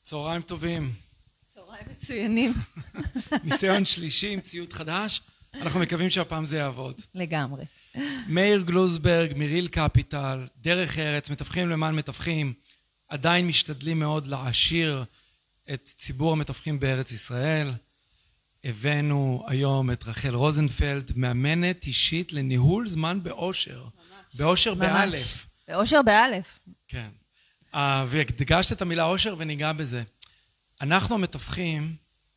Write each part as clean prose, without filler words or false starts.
צהריים טובים. צהריים מצוינים. ניסיון שלישי עם ציוד חדש. אנחנו מקווים שהפעם זה יעבוד. לגמרי. מאיר גלוזברג, מריל קפיטל, דרך ארץ, מתווכים למען מתווכים, עדיין משתדלים מאוד להעשיר את ציבור המתווכים בארץ ישראל. הבאנו היום את רחל רוזנפלד, מאמנת אישית לניהול זמן באושר. באושר באלף. באושר באלף. כן. והדגשת את המילה אושר וניגע בזה. אנחנו המתווכים,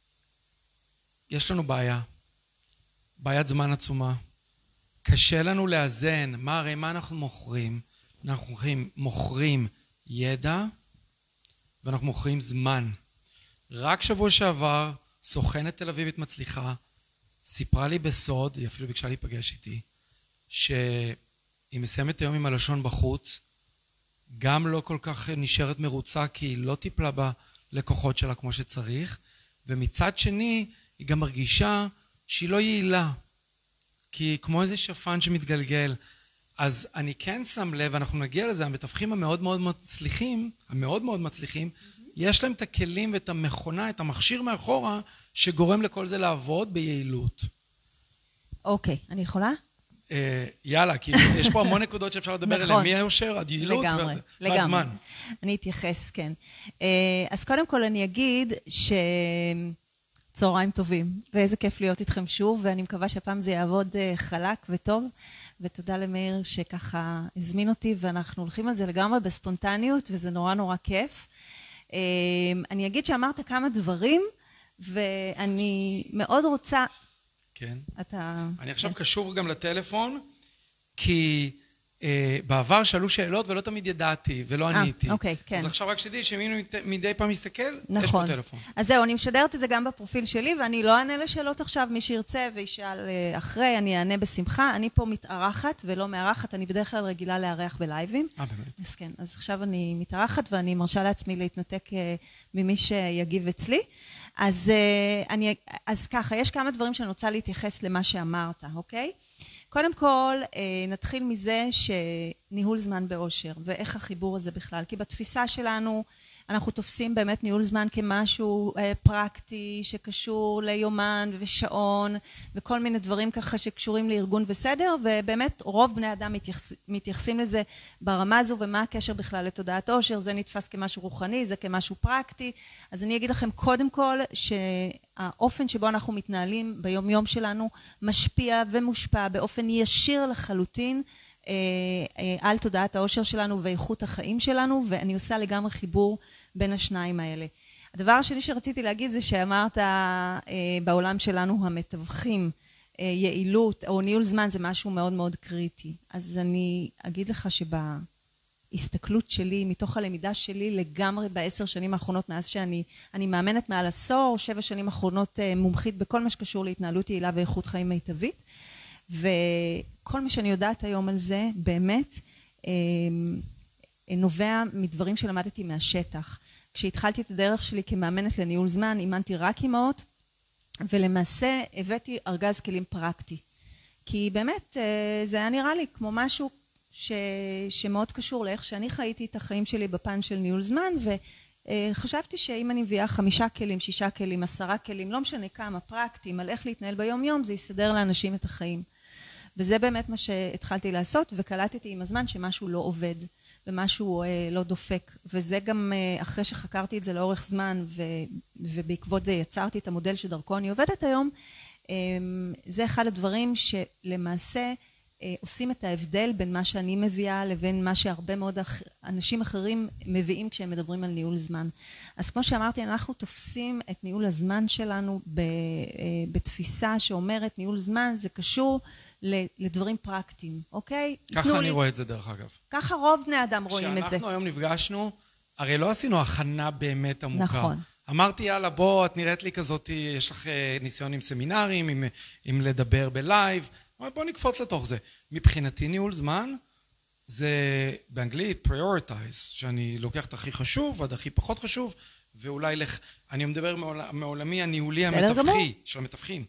יש לנו בעיית זמן עצומה. קשה לנו לאזן, מה אנחנו מוכרים? אנחנו מוכרים ידע ואנחנו מוכרים זמן. רק שבוע שעבר, סוכנת תל אביבית מצליחה, סיפרה לי בסוד, היא אפילו ביקשה להיפגש איתי, שהיא מסיימת היום עם הלשון בחוץ, גם לא כל כך נשארת מרוצה כי היא לא טיפלה בלקוחות שלה כמו שצריך, ומצד שני היא גם מרגישה שהיא לא יעילה, כי היא כמו איזה שפן שמתגלגל. אז אני כן שם לב, אנחנו נגיע לזה, המתווכים המאוד מאוד מצליחים, יש להם את הכלים ואת המכונה, את המכשיר מאחורה, שגורם לכל זה לעבוד ביעילות. אוקיי, אני יכולה? יאללה, כי יש פה המון נקודות שאפשר לדבר עליהן. מי היושר? היעילות והזמן. אני אתייחס, כן. אז קודם כל אני אגיד צהריים טובים, ואיזה כיף להיות איתכם שוב, ואני מקווה שהפעם זה יעבוד חלק וטוב, ותודה למאיר שככה הזמין אותי, ואנחנו הולכים על זה לגמרי בספונטניות, וזה נורא נורא כיף. אני אגיד שאמרת כמה דברים, ואני מאוד רוצה... כן. אתה... אני עכשיו קשור גם לטלפון, כי בעבר שאלו שאלות ולא תמיד ידעתי ולא עניתי. אוקיי, כן. אז עכשיו רק שתדעי שמי מדי פעם מסתכל, נכון. יש פה טלפון. אז זהו, אני משדרת את זה גם בפרופיל שלי, ואני לא אענה לשאלות עכשיו, מי שירצה וישאל אחרי, אני אענה בשמחה. אני פה מתארחת ולא מארחת, אני בדרך כלל רגילה לארח בלייבים. באמת. אז כן, אז עכשיו אני מתארחת ואני מרשה לעצמי להתנתק ממי שיגיב אצלי. אז ככה, יש כמה דברים שאני רוצה להתייחס למה שאמרת, אוקיי? קודם כל, נתחיל מזה שניהול זמן באושר, ואיך החיבור הזה בכלל. כי בתפיסה שלנו, אנחנו תופסים באמת ניהול זמן כמשהו פרקטי, שקשור ליומן ושעון, וכל מיני דברים ככה שקשורים לארגון וסדר, ובאמת רוב בני אדם מתייחסים לזה ברמה הזו, ומה הקשר בכלל לתודעת אושר, זה נתפס כמשהו רוחני, זה כמשהו פרקטי. אז אני אגיד לכם קודם כל, שהאופן שבו אנחנו מתנהלים ביום יום שלנו, משפיע ומושפע באופן ישיר לחלוטין, על תודעת האושר שלנו ואיכות החיים שלנו, ואני עושה לגמרי חיבור בין השניים האלה. הדבר השני שרציתי להגיד זה שאמרת בעולם שלנו המתווכים, יעילות או ניהול זמן זה משהו מאוד מאוד קריטי. אז אני אגיד לך שבהסתכלות שלי, מתוך הלמידה שלי לגמרי ב10 שנים האחרונות, מאז שאני מאמנת מעל עשור, 7 שנים האחרונות מומחית בכל מה שקשור להתנהלות יעילה ואיכות חיים מיטבית, וכל מה שאני יודעת היום על זה באמת נובע מדברים שלמדתי מהשטח. כשהתחלתי את הדרך שלי כמאמנת לניהול זמן, אימנתי רק אימהות, ולמעשה הבאתי ארגז כלים פרקטי. כי באמת זה היה נראה לי כמו משהו שמאוד קשור לאיך שאני חייתי את החיים שלי בפן של ניהול זמן, וחשבתי שאם אני מביאה 5 כלים, 6 כלים, 10 כלים, לא משנה כמה פרקטיים, על איך להתנהל ביום יום, זה יסדר לאנשים את החיים. וזה באמת מה שהתחלתי לעשות, וקלטתי עם הזמן שמשהו לא עובד, ומשהו לא דופק. וזה גם אחרי שחקרתי את זה לאורך זמן, ובעקבות זה יצרתי את המודל שדרכו אני עובדת היום, זה אחד הדברים שלמעשה עושים את ההבדל בין מה שאני מביאה לבין מה שהרבה מאוד אנשים אחרים מביאים כשהם מדברים על ניהול זמן. אז כמו שאמרתי, אנחנו תופסים את ניהול הזמן שלנו בתפיסה שאומרת ניהול זמן זה קשור לדברים פרקטיים, אוקיי? ככה אני רואה את זה דרך אגב. ככה רוב בני אדם רואים את זה. כשאנחנו היום נפגשנו, הרי לא עשינו הכנה באמת עמוקה. נכון. אמרתי, יאללה, בוא, את נראית לי כזאת, יש לך ניסיון עם סמינרים, עם לדבר בלייב, בוא נקפוץ לתוך זה. מבחינתי ניהול זמן, זה באנגלית prioritize, שאני לוקח את הכי חשוב ועד הכי פחות חשוב, ואולי אני מדבר מעולמי הניהולי המתווכי, של המתווכים.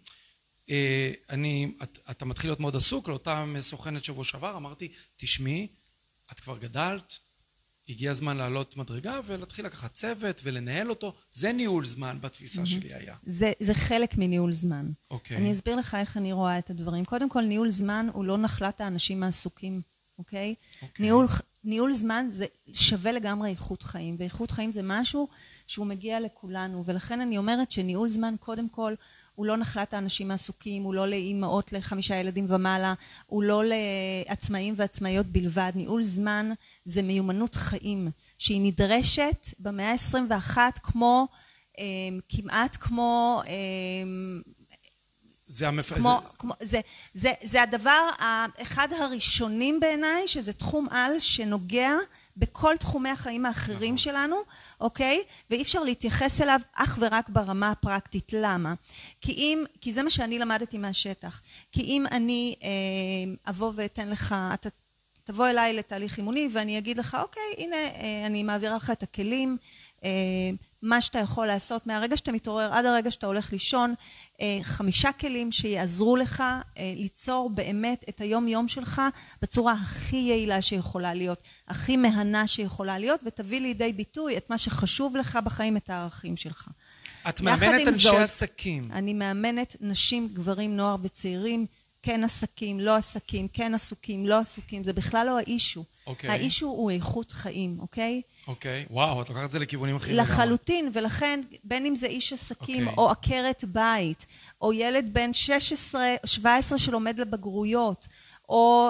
אתה מתחיל להיות מאוד עסוק, לאותה סוכנת שבוע שעבר, אמרתי, תשמעי, את כבר גדלת, הגיע הזמן לעלות מדרגה ולהתחיל לקחת צוות ולנהל אותו. זה ניהול זמן בתפיסה שלי היה. זה חלק מניהול זמן. אוקיי. אני אסביר לך איך אני רואה את הדברים. קודם כל, ניהול זמן הוא לא נחלת האנשים העסוקים, אוקיי? ניהול זמן זה שווה לגמרי איכות חיים, ואיכות חיים זה משהו שהוא מגיע לכולנו, ולכן אני אומרת שניהול זמן קודם כל הוא לא נחלת האנשים העסוקים, הוא לא לאימהות ל5 ילדים ומעלה, הוא לא לעצמאים ועצמאיות בלבד. ניהול זמן זה מיומנות חיים שהיא נדרשת במאה ה-21 כמו, כמעט כמו, זה הדבר אחד הראשונים בעיניי, שזה תחום על שנוגע בכל תחומי החיים האחרים שלנו, אוקיי? ואי אפשר להתייחס אליו אך ורק ברמה הפרקטית. למה? כי זה מה שאני למדתי מהשטח. כי אם אני אבוא ואתן לך, אתה תבוא אליי לתהליך אימוני ואני אגיד לך, אוקיי, הנה אני מעבירה לך את הכלים, מה שאתה יכול לעשות מהרגע שאתה מתעורר עד הרגע שאתה הולך לישון, 5 כלים שיעזרו לך ליצור באמת את היום יום שלך בצורה הכי יעילה שיכולה להיות, הכי מהנה שיכולה להיות, ותביא לידי ביטוי את מה שחשוב לך בחיים, את הערכים שלך. את מאמנת אנשי עסקים. אני מאמנת נשים, גברים, נוער וצעירים, כן עסקים, לא עסקים, כן עסוקים, לא עסוקים, זה בכלל לא האישו. האישו הוא איכות חיים, אוקיי? אוקיי, וואו, את לוקחת את זה לכיוונים אחרים. לחלוטין, ולכן בין אם זה איש עסקים או עקרת בית, או ילד בן 16-17 שלומד לבגרויות, או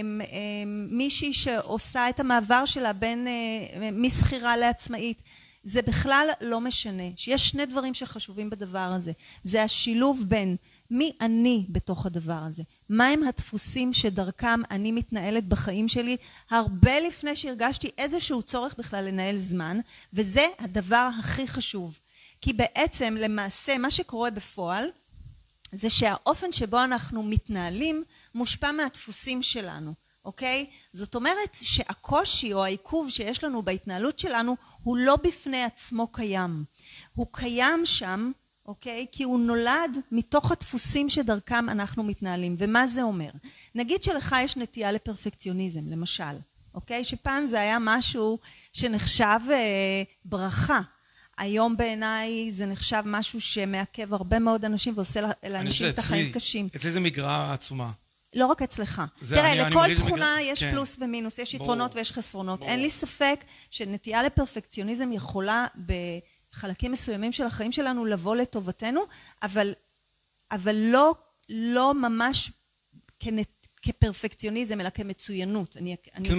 מישהי שעושה את המעבר שלה בין מסחירה לעצמאית, זה בכלל לא משנה. שיש 2 דברים שחשובים בדבר הזה. זה השילוב בין מי אני בתוך הדבר הזה? מהם הדפוסים שדרכם אני מתנהלת בחיים שלי הרבה לפני שהרגשתי איזשהו צורך בכלל לנהל זמן, וזה הדבר הכי חשוב. כי בעצם למעשה מה שקורה בפועל זה שהאופן שבו אנחנו מתנהלים מושפע מהדפוסים שלנו, אוקיי? זאת אומרת שהקושי או העיכוב שיש לנו בהתנהלות שלנו הוא לא בפני עצמו קיים. הוא קיים שם, אוקיי? כי הוא נולד מתוך הדפוסים שדרכם אנחנו מתנהלים. ומה זה אומר? נגיד שלך יש נטייה לפרפקציוניזם, למשל, אוקיי? שפעם זה היה משהו שנחשב ברכה. היום בעיניי זה נחשב משהו שמעכב הרבה מאוד אנשים ועושה לאנשים את החיים קשים. אצלי זה מגרעה עצומה. לא רק אצלך. תראה, לכל תכונה יש פלוס ומינוס, יש יתרונות ויש חסרונות. אין לי ספק שנטייה לפרפקציוניזם יכולה בחלקים מסוימים של החיים שלנו לבוא לטובתנו, אבל לא ממש כפרפקציוניזם, אלא כמצוינות. אני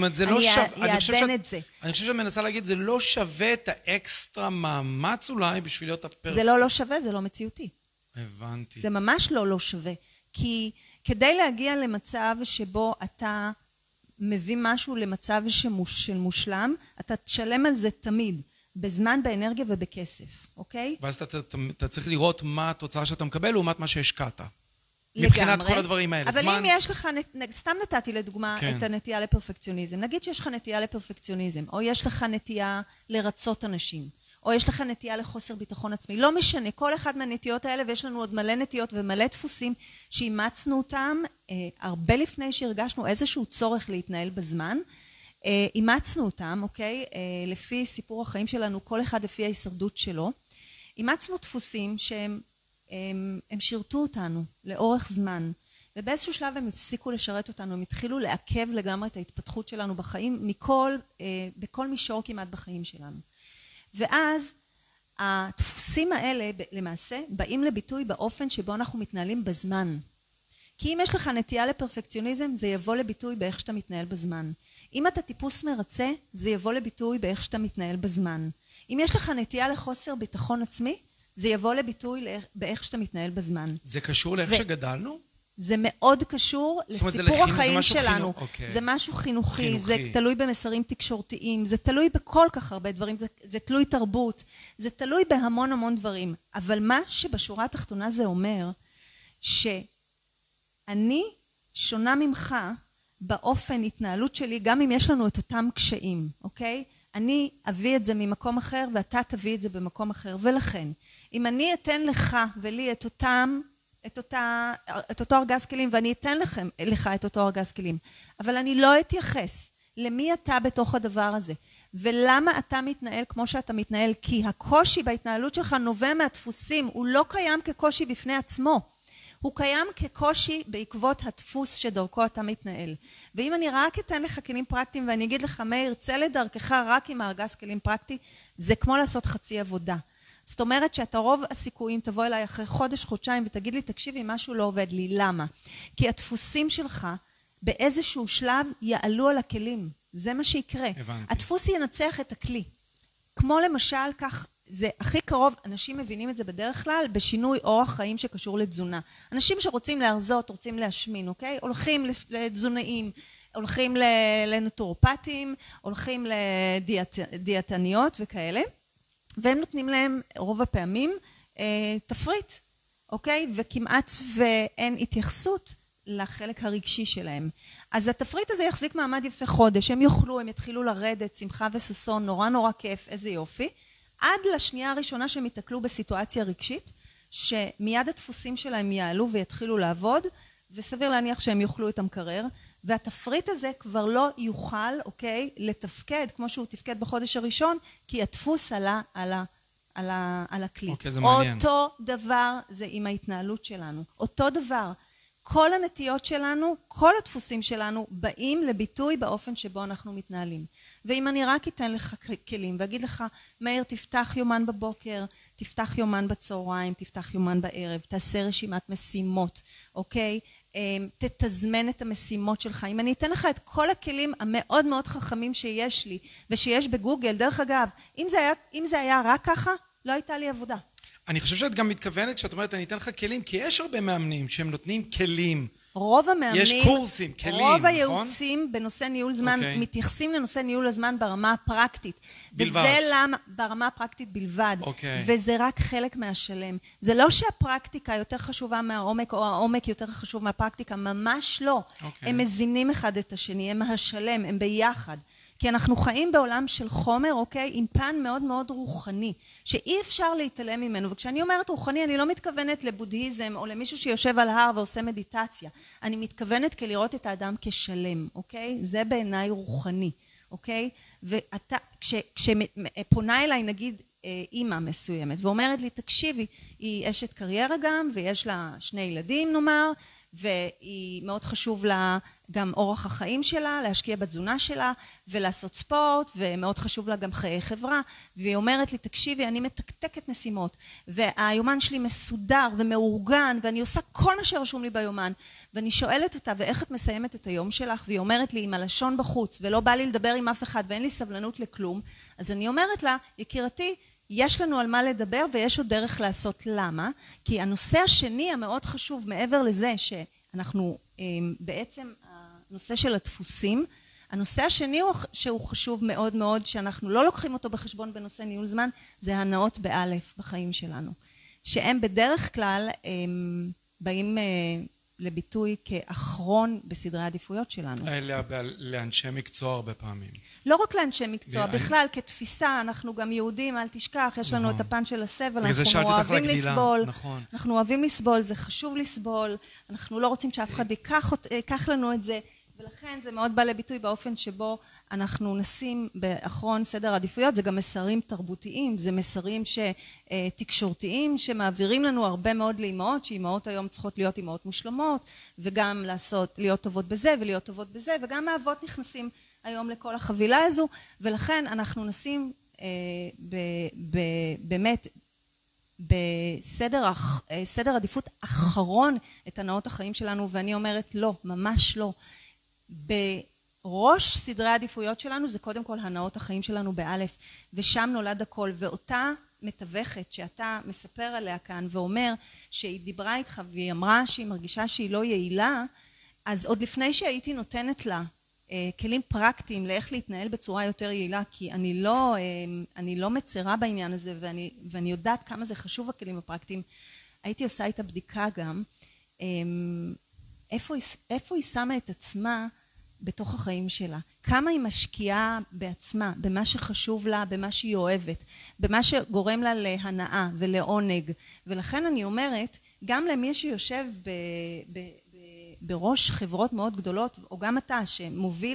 אעדן את זה. אני חושב שאני מנסה להגיד, זה לא שווה את האקסטרה מאמץ אולי בשביל להיות הפרפקט. זה לא שווה, זה לא מציאותי. הבנתי. זה ממש לא שווה. כי כדי להגיע למצב שבו אתה מביא משהו למצב של מושלם, אתה תשלם על זה תמיד, בזמן, באנרגיה ובכסף, אוקיי? ואז אתה צריך לראות מה התוצאה שאתה מקבל, לעומת מה שהשקעת. מבחינת כל הדברים האלה. אבל אם יש לך, סתם נתתי לדוגמה את הנטייה לפרפקציוניזם. נגיד שיש לך נטייה לפרפקציוניזם, או יש לך נטייה לרצות אנשים, או יש לך נטייה לחוסר ביטחון עצמי. לא משנה, כל אחד מהנטיות האלה, ויש לנו עוד מלא נטיות ומלא דפוסים שאימצנו אותם הרבה לפני שהרגשנו איזשהו צורך להתנהל בזמן. אימצנו אותם, אוקיי? לפי סיפור החיים שלנו, כל אחד לפי ההישרדות שלו. אימצנו דפוסים שהם שירתו אותנו לאורך זמן, ובאיזשהו שלב הם הפסיקו לשרת אותנו, הם התחילו לעכב לגמרי את ההתפתחות שלנו בחיים, בכל מישור כמעט בחיים שלנו. ואז הדפוסים האלה למעשה באים לביטוי באופן שבו אנחנו מתנהלים בזמן. כי אם יש לך נטייה לפרפקציוניזם, זה יבוא לביטוי באיך שאתה מתנהל בזמן. אם אתה טיפוס מרצה, זה יבוא לביטוי באיך שאתה מתנהל בזמן. אם יש לך נטייה לחוסר ביטחון עצמי, זה יבוא לביטוי באיך שאתה מתנהל בזמן. זה קשור לאיך שגדלנו? זה מאוד קשור לסיפור החיים שלנו. זה משהו חינוכי, זה תלוי במסרים תקשורתיים, זה תלוי בכל כך הרבה דברים, זה תלוי תרבות, זה תלוי בהמון המון דברים. אבל מה שבשורה התחתונה זה אומר, שאני שונה ממך באופן התנהלות שלי, גם אם יש לנו את אותם קשיים, אוקיי? אני אביא את זה ממקום אחר ואתה תביא את זה במקום אחר. ולכן, אם אני אתן לך ולי את אותו ארגז כלים, ואני אתן לך את אותו ארגז כלים, אבל אני לא אתייחס למי אתה בתוך הדבר הזה, ולמה אתה מתנהל כמו שאתה מתנהל? כי הקושי בהתנהלות שלך נובע מהדפוסים, הוא לא קיים כקושי בפני עצמו. הוא קיים כקושי בעקבות הדפוס שדרכו אתה מתנהל. ואם אני רק אתן לך כלים פרקטיים ואני אגיד לך, מאיר, צא לדרכך רק עם הארגז כלים פרקטי, זה כמו לעשות חצי עבודה. זאת אומרת שאתה רוב הסיכויים תבוא אליי אחרי חודש, חודשיים ותגיד לי, תקשיבי, משהו לא עובד לי. למה? כי הדפוסים שלך באיזשהו שלב יעלו על הכלים. זה מה שיקרה. הבנתי. הדפוס ינצח את הכלי. כמו למשל, כך, זה הכי קרוב, אנשים מבינים את זה בדרך כלל, בשינוי אורח חיים שקשור לתזונה. אנשים שרוצים להרזות, רוצים להשמין, אוקיי? הולכים לתזונאים, הולכים לנטורופטים, הולכים לדיאטניות וכאלה, והם נותנים להם רוב הפעמים תפריט, אוקיי? וכמעט ואין התייחסות לחלק הרגשי שלהם. אז התפריט הזה יחזיק מעמד יפה חודש, הם יאכלו, הם יתחילו לרדת, שמחה וששון, נורא נורא כיף, איזה יופי. עד לשנייה הראשונה שהם יתקלו בסיטואציה רגשית, שמיד הדפוסים שלהם יעלו ויתחילו לעבוד, וסביר להניח שהם יאכלו את המקרר, והתפריט הזה כבר לא יוכל, אוקיי, לתפקד כמו שהוא תפקד בחודש הראשון, כי הדפוס עלה על הכלי. אוקיי, זה מעניין. אותו דבר זה עם ההתנהלות שלנו. אותו דבר. כל הנטיות שלנו, כל הדפוסים שלנו באים לביטוי באופן שבו אנחנו מתנהלים. ואם אני רק אתן לך כלים ואגיד לך, מאיר, תפתח יומן בבוקר, תפתח יומן בצהריים, תפתח יומן בערב, תעשה רשימת משימות, אוקיי? תתזמן את המשימות שלך. אם אני אתן לך את כל הכלים המאוד מאוד חכמים שיש לי ושיש בגוגל, דרך אגב, אם זה היה רק ככה, לא הייתה לי עבודה. אני חושב שאת גם מתכוונת שאת אומרת, אני אתן לך כלים, כי יש הרבה מאמנים שהם נותנים כלים. רוב המאמנים, יש קורסים, כלים, רוב נכון? הייעוצים בנושא ניהול זמן, מתייחסים לנושא ניהול הזמן ברמה הפרקטית. בלבד. וזה למה, ברמה הפרקטית בלבד. וזה רק חלק מהשלם. זה לא שהפרקטיקה יותר חשובה מהעומק, או העומק יותר חשוב מהפרקטיקה, ממש לא. הם מזינים אחד את השני, הם השלם, הם ביחד. כי אנחנו חיים בעולם של חומר, אוקיי, עם פן מאוד מאוד רוחני, שאי אפשר להתעלם ממנו. וכשאני אומרת רוחני, אני לא מתכוונת לבודהיזם או למישהו שיושב על הר ועושה מדיטציה. אני מתכוונת כלראות את האדם כשלם, אוקיי? זה בעיניי רוחני, אוקיי? ואתה, כשפונה אליי, נגיד, אימא מסוימת, ואומרת לי, תקשיבי, היא אשת קריירה גם, ויש לה 2 ילדים, נאמר, והיא מאוד חשוב לה גם אורח החיים שלה, להשקיע בתזונה שלה ולעשות ספורט, ומאוד חשוב לה גם חיי חברה, והיא אומרת לי, תקשיבי, אני מתקתקת משימות, והיומן שלי מסודר ומאורגן, ואני עושה כל מה שרשום לי ביומן, ואני שואלת אותה, ואיך את מסיימת את היום שלך? והיא אומרת לי, עם הלשון בחוץ, ולא בא לי לדבר עם אף אחד, ואין לי סבלנות לכלום, אז אני אומרת לה, יקירתי, יש לנו על מה לדבר ויש עוד דרך לעשות. למה? כי הנושא השני המאוד חשוב, מעבר לזה שאנחנו בעצם הנושא של הדפוסים, הנושא השני שהוא חשוב מאוד מאוד, שאנחנו לא לוקחים אותו בחשבון בנושא ניהול זמן, זה הנאות באלף בחיים שלנו. שהם בדרך כלל באים לביטוי כאחרון בסדרי העדיפויות שלנו. לאנשי מקצוע הרבה פעמים. לא רק לאנשי מקצוע, בכלל כתפיסה, אנחנו גם יהודים, אל תשכח, יש לנו את הפן של הסבל, אנחנו אוהבים לסבול, אנחנו אוהבים לסבול, זה חשוב לסבול, אנחנו לא רוצים שאף אחד ייקח לנו את זה, ולכן זה מאוד בא לביטוי באופן שבו אנחנו נשים באחרון סדר העדיפויות, זה גם מסרים תרבותיים, זה מסרים תקשורתיים שמעבירים לנו הרבה מאוד לאימהות, שאימהות היום צריכות להיות אימהות מושלמות, וגם להיות טובות בזה ולהיות טובות בזה, וגם האבות נכנסים היום לכל החבילה הזו, ולכן אנחנו נשים באמת בסדר עדיפות אחרון את הנאות החיים שלנו, ואני אומרת לא, ממש לא. בראש סדרי העדיפויות שלנו זה קודם כל הנאות החיים שלנו באלף, ושם נולד הכל, ואותה מתווכת שאתה מספר עליה כאן ואומר שהיא דיברה איתך והיא אמרה שהיא מרגישה שהיא לא יעילה, אז עוד לפני שהייתי נותנת לה כלים פרקטיים לאיך להתנהל בצורה יותר יעילה, כי אני לא מצרה בעניין הזה, ואני יודעת כמה זה חשוב הכלים הפרקטיים, הייתי עושה איתה בדיקה גם, איפה היא שמה את עצמה בתוך החיים שלה, כמה היא משקיעה בעצמה, במה שחשוב לה, במה שהיא אוהבת, במה שגורם לה להנאה ולעונג, ולכן אני אומרת, גם למי שיושב בראש חברות מאוד גדולות, או גם אתה שמוביל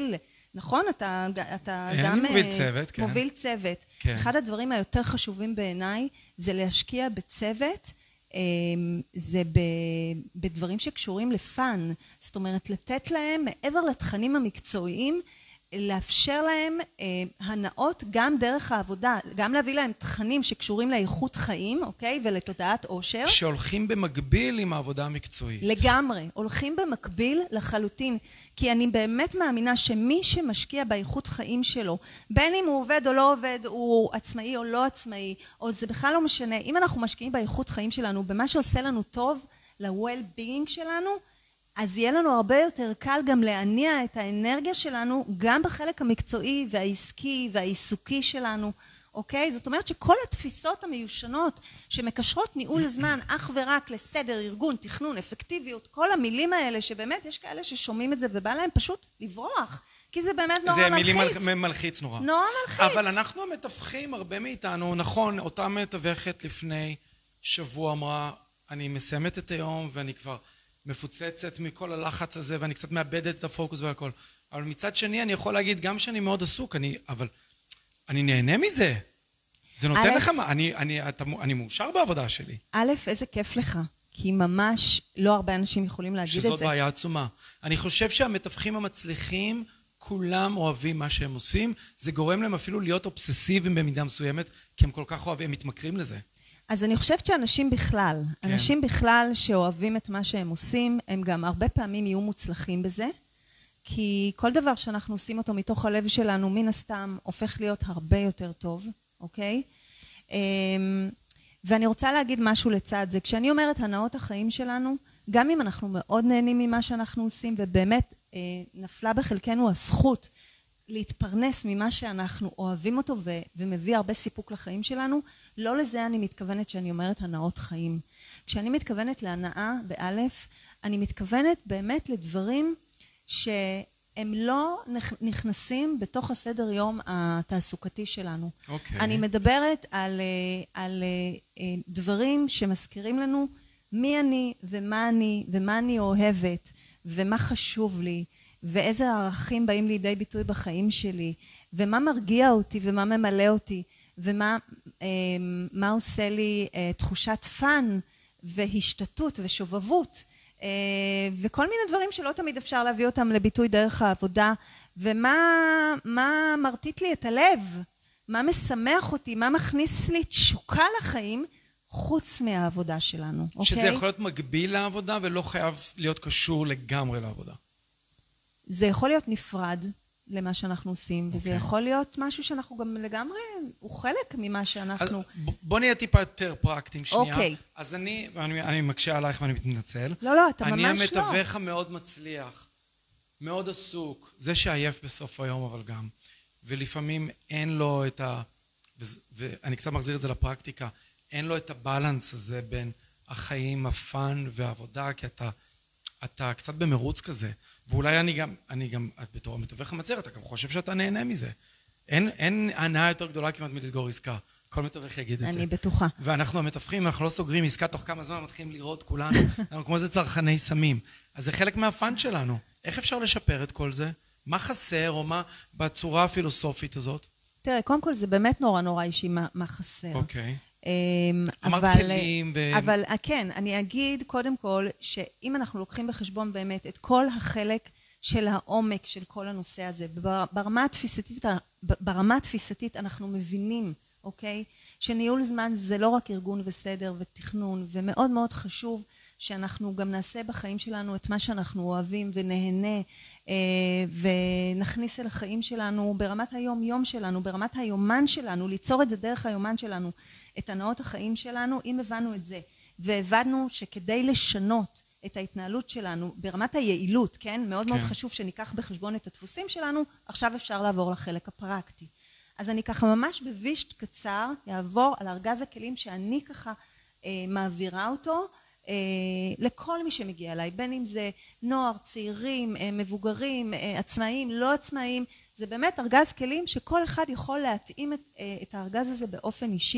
נכון? אתה גם מוביל צוות, כן. מוביל צוות. כן. אחד הדברים היותר חשובים בעיניי זה להשקיע בצוות, זה בדברים שקשורים לפן. זאת אומרת, לתת להם, מעבר לתכנים המקצועיים, לאפשר להם הנאות גם דרך העבודה, גם להביא להם תכנים שקשורים לאיכות חיים, אוקיי? ולתודעת עושר. שהולכים במקביל עם העבודה המקצועית. לגמרי, הולכים במקביל לחלוטין, כי אני באמת מאמינה שמי שמשקיע באיכות חיים שלו, בין אם הוא עובד או לא עובד, הוא עצמאי או לא עצמאי, או זה בכלל לא משנה, אם אנחנו משקיעים באיכות חיים שלנו, במה שעושה לנו טוב, ל-well-being שלנו, אז יהיה לנו הרבה יותר קל גם להניע את האנרגיה שלנו, גם בחלק המקצועי והעסקי והעיסוקי שלנו, אוקיי? זאת אומרת שכל התפיסות המיושנות שמקשרות ניהול זמן אך ורק לסדר, ארגון, תכנון, אפקטיביות, כל המילים האלה שבאמת יש כאלה ששומעים את זה ובא להם פשוט לברוח, כי זה באמת נורא מלחיץ. זה מילים מלחיץ נורא. נורא מלחיץ. אבל אנחנו המתווכים, הרבה מאיתנו, נכון, אותה מתווכת לפני שבוע אמרה, אני מסיימת את היום ואני כבר מפוצצת מכל הלחץ הזה ואני קצת מאבדת את הפוקוס והכל. אבל מצד שני אני יכול להגיד גם שאני מאוד עסוק, אבל אני נהנה מזה. זה נותן לך מה, אני מאושר בעבודה שלי. א', איזה כיף לך, כי ממש לא הרבה אנשים יכולים להגיד את זה. שזאת בעיה עצומה. אני חושב שהמתווכים המצליחים, כולם אוהבים מה שהם עושים, זה גורם להם אפילו להיות אובססיביים במידה מסוימת, כי הם כל כך אוהבים, הם מתמכרים לזה. אז אני חושבת שאנשים בכלל, כן. אנשים בכלל שאוהבים את מה שהם עושים, הם גם הרבה פעמים יהיו מוצלחים בזה, כי כל דבר שאנחנו עושים אותו מתוך הלב שלנו, מן הסתם, הופך להיות הרבה יותר טוב, אוקיי? ואני רוצה להגיד משהו לצד זה. כשאני אומרת הנאות החיים שלנו, גם אם אנחנו מאוד נהנים ממה שאנחנו עושים, ובאמת נפלה בחלקנו הזכות להתפרנס ממה שאנחנו אוהבים אותו ומביא הרבה סיפוק לחיים שלנו, לא לזה אני מתכוונת שאני אומרת הנאות חיים. כשאני מתכוונת להנאה באלף, אני מתכוונת באמת לדברים שהם לא נכנסים בתוך הסדר יום התעסוקתי שלנו. אוקיי. אני מדברת על דברים שמזכירים לנו מי אני ומה אני אוהבת ומה חשוב לי ואיזה ערכים באים לידי ביטוי בחיים שלי ומה מרגיע אותי ומה ממלא אותי ומה עושה לי תחושת פן והשתתות ושובבות וכל מיני דברים שלא תמיד אפשר להביא אותם לביטוי דרך העבודה ומה מרטיט לי את הלב, מה משמח אותי, מה מכניס לי תשוקה לחיים חוץ מהעבודה שלנו, אוקיי? שזה יכול להיות מקביל לעבודה ולא חייב להיות קשור לגמרי לעבודה. זה יכול להיות נפרד למה שאנחנו עושים, וזה יכול להיות משהו שאנחנו גם לגמרי, הוא חלק ממה שאנחנו... בוא נהיה טיפה יותר פרקטיים שנייה. אוקיי. אז אני מקשה עלייך ואני מתנצל. לא, אתה ממש לא. אני המתווך המאוד מצליח, מאוד עסוק, זה שעייף בסוף היום אבל גם, ולפעמים אין לו את ואני קצת מחזיר את זה לפרקטיקה, אין לו את הבלנס הזה בין החיים, הפן והעבודה, כי אתה קצת במרוץ כזה. ואולי אני גם, בתור המתווך המצליח, אתה גם חושב שאתה נהנה מזה. אין הנאה יותר גדולה כמעט מלסגור עסקה. כל מתווך יגיד את זה. אני בטוחה. ואנחנו המתווכים, אנחנו לא סוגרים עסקה תוך כמה זמן, מתחילים לראות כולנו. אנחנו כמו זה צרכני סמים. אז זה חלק מהפן שלנו. איך אפשר לשפר את כל זה? מה חסר, או מה בצורה הפילוסופית הזאת? תראה, קודם כל זה באמת נורא אישי מה חסר. אוקיי. אמרת כלים אבל כן, אני אגיד קודם כל שאם אנחנו לוקחים בחשבון באמת את כל החלק של העומק של כל הנושא הזה, ברמה התפיסתית אנחנו מבינים, אוקיי? שניהול זמן זה לא רק ארגון וסדר ותכנון, ומאוד מאוד חשוב שאנחנו גם נעשה בחיים שלנו את מה שאנחנו אוהבים ונהנה ונכניס אל החיים שלנו ברמת היום-יום שלנו, ברמת היומן שלנו, ליצור את זה דרך היומן שלנו, את הנאות החיים שלנו, אם הבנו את זה. והבנו שכדי לשנות את ההתנהלות שלנו ברמת היעילות, כן? מאוד מאוד חשוב שניקח בחשבון את הדפוסים שלנו, עכשיו אפשר לעבור לחלק הפרקטי. אז אני ככה ממש בווישט קצר, יעבור על ארגז הכלים שאני ככה מעבירה אותו, לכל מי שמגיע אליי, בין אם זה נוער, צעירים, מבוגרים, עצמאים, לא עצמאים, זה באמת ארגז כלים שכל אחד יכול להתאים את הארגז הזה באופן אישי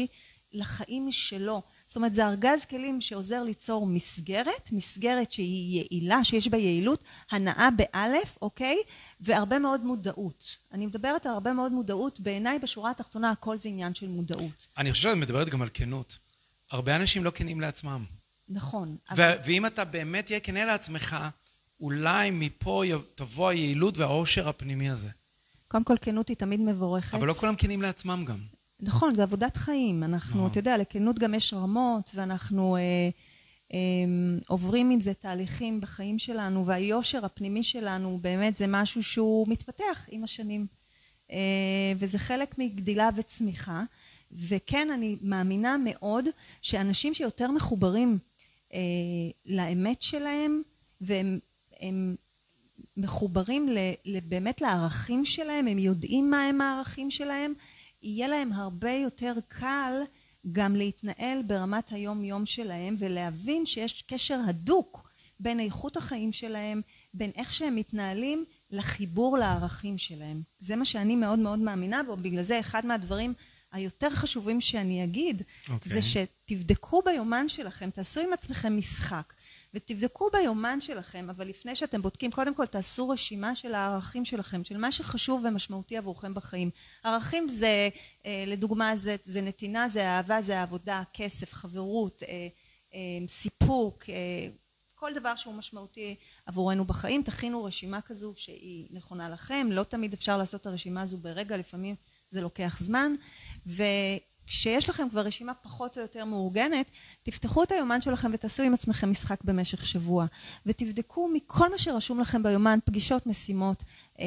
לחיים שלו. זאת אומרת, זה ארגז כלים שעוזר ליצור מסגרת שהיא יעילה, שיש בה יעילות, הנאה באלף, אוקיי? והרבה מאוד מודעות. אני מדברת על הרבה מאוד מודעות, בעיניי בשורה התחתונה הכל זה עניין של מודעות. אני חושבת שאת מדברת גם על כנות. הרבה אנשים לא כנים לעצמם. נכון. ואם אתה באמת תהיה כנה לעצמך, אולי מפה תבוא היעילות והעושר הפנימי הזה. קודם כל, כנות היא תמיד מבורכת. אבל לא כולם כנים לעצמם גם. נכון, זה עבודת חיים. אנחנו, אתה יודע, לכנות גם יש רמות, ואנחנו עוברים עם זה תהליכים בחיים שלנו, והיושר הפנימי שלנו באמת זה משהו שהוא מתפתח עם השנים. וזה חלק מגדילה וצמיחה. וכן, אני מאמינה מאוד שאנשים שיותר מחוברים לאמת שלהם, והם מחוברים באמת לערכים שלהם, הם יודעים מה הם הערכים שלהם, יהיה להם הרבה יותר קל גם להתנהל ברמת היום-יום שלהם, ולהבין שיש קשר הדוק בין איכות החיים שלהם, בין איך שהם מתנהלים לחיבור לערכים שלהם. זה מה שאני מאוד מאוד מאמינה בו, בגלל זה אחד מהדברים היותר חשובים שאני אגיד, זה שתבדקו ביומן שלכם, תעשו עם עצמכם משחק, ותבדקו ביומן שלכם, אבל לפני שאתם בודקים, קודם כל תעשו רשימה של הערכים שלכם, של מה שחשוב ומשמעותי עבורכם בחיים. ערכים זה, לדוגמה, זה נתינה, זה אהבה, זה עבודה, כסף, חברות, סיפוק, כל דבר שהוא משמעותי עבורנו בחיים. תכינו רשימה כזו שהיא נכונה לכם, לא תמיד אפשר לעשות את הרשימה הזו ברגע, לפעמים זה לוקח זמן, כשיש לכם כבר רשימה פחות או יותר מאורגנת, תפתחו את היומן שלכם ותעשו עם עצמכם משחק במשך שבוע, ותבדקו מכל מה שרשום לכם ביומן, פגישות, משימות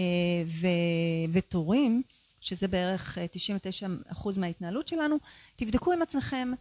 ותורים, שזה בערך 99% מההתנהלות שלנו, תבדקו עם עצמכם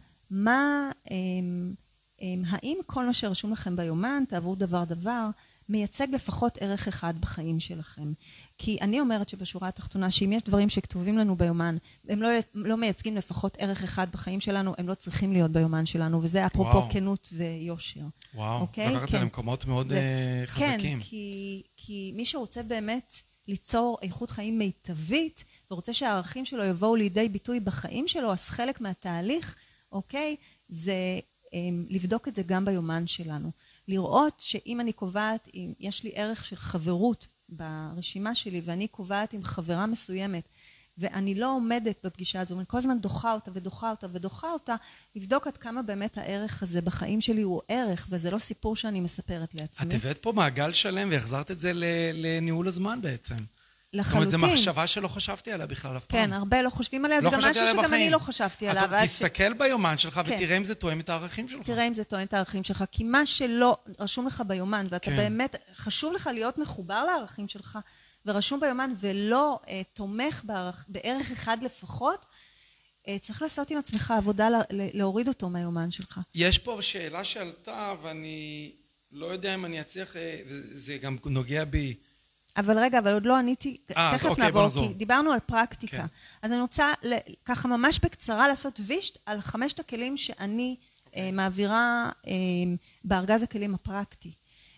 האם כל מה שרשום לכם ביומן, תעברו דבר דבר, מייצג לפחות ערך אחד בחיים שלכם. כי אני אומרת שבשורה התחתונה, שאם יש דברים שכתובים לנו ביומן, הם לא מייצגים לפחות ערך אחד בחיים שלנו, הם לא צריכים להיות ביומן שלנו, וזה אפרופו כנות ויושר. וואו, לקחת את זה למקומות מאוד חזקים. כן, כי מי שרוצה באמת ליצור איכות חיים מיטבית, ורוצה שהערכים שלו יבואו לידי ביטוי בחיים שלו, אז חלק מהתהליך, אוקיי, זה לבדוק את זה גם ביומן שלנו. לראות שאם אני קובעת, אם יש לי ערך של חברות ברשימה שלי, ואני קובעת עם חברה מסוימת, ואני לא עומדת בפגישה הזו, ואני כל הזמן דוחה אותה ודוחה אותה ודוחה אותה, לבדוק עד כמה באמת הערך הזה בחיים שלי הוא ערך, וזה לא סיפור שאני מספרת לעצמי. את הבאת פה מעגל שלם והחזרת את זה לניהול הזמן בעצם. לחלוטין. זאת אומרת, זו מחשבה שלא חשבתי עליה בכלל אף פעם. כן, הרבה לא חושבים עליה, זה גם משהו שגם אני לא חשבתי עליו. תסתכל ביומן שלך ותראה אם זה תואם את הערכים שלך. תראה אם זה תואם את הערכים שלך, כי מה שלא רשום לך ביומן, ואתה באמת, חשוב לך להיות מחובר לערכים שלך, ורשום ביומן ולא תומך בערך אחד לפחות, צריך לעשות עם עצמך עבודה להוריד אותו מהיומן שלך. יש פה שאלה שעלתה, ואני לא יודע אם אני אצליח, זה גם נוגע בי. אבל רגע, אבל עוד לא עניתי, תכף נעבור, כי דיברנו על פרקטיקה. אז אני רוצה ככה ממש בקצרה לעשות וישט על 5 הכלים שאני מעבירה בארגז הכלים הפרקטי.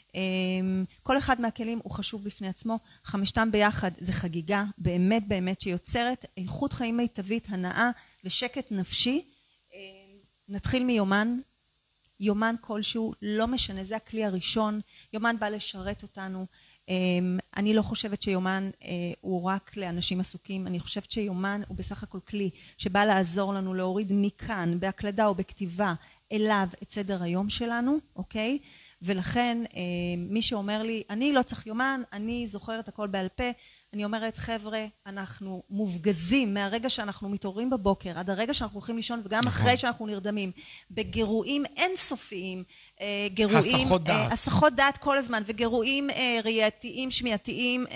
כל אחד מהכלים הוא חשוב בפני עצמו, 5 ביחד זה חגיגה, באמת באמת שיוצרת איכות חיים מיטבית, הנאה ושקט נפשי. נתחיל מיומן, יומן כלשהו, לא משנה, זה הכלי הראשון, יומן בא לשרת אותנו. אני לא חושבת שיומן הוא רק לאנשים עסוקים, אני חושבת שיומן הוא בסך הכל כלי שבא לעזור לנו להוריד מכאן, בהקלדה או בכתיבה, אליו את סדר היום שלנו, אוקיי? ולכן מי שאומר לי, אני לא צריך יומן, אני זוכרת הכל בעל פה, אני אומרת, חבר'ה, אנחנו מופגזים מהרגע שאנחנו מתעוררים בבוקר, עד הרגע שאנחנו הולכים לישון, וגם אחרי שאנחנו נרדמים, בגירויים אינסופיים, גירויים, הסחות דעת כל הזמן, וגירויים ראייתיים, שמיעתיים,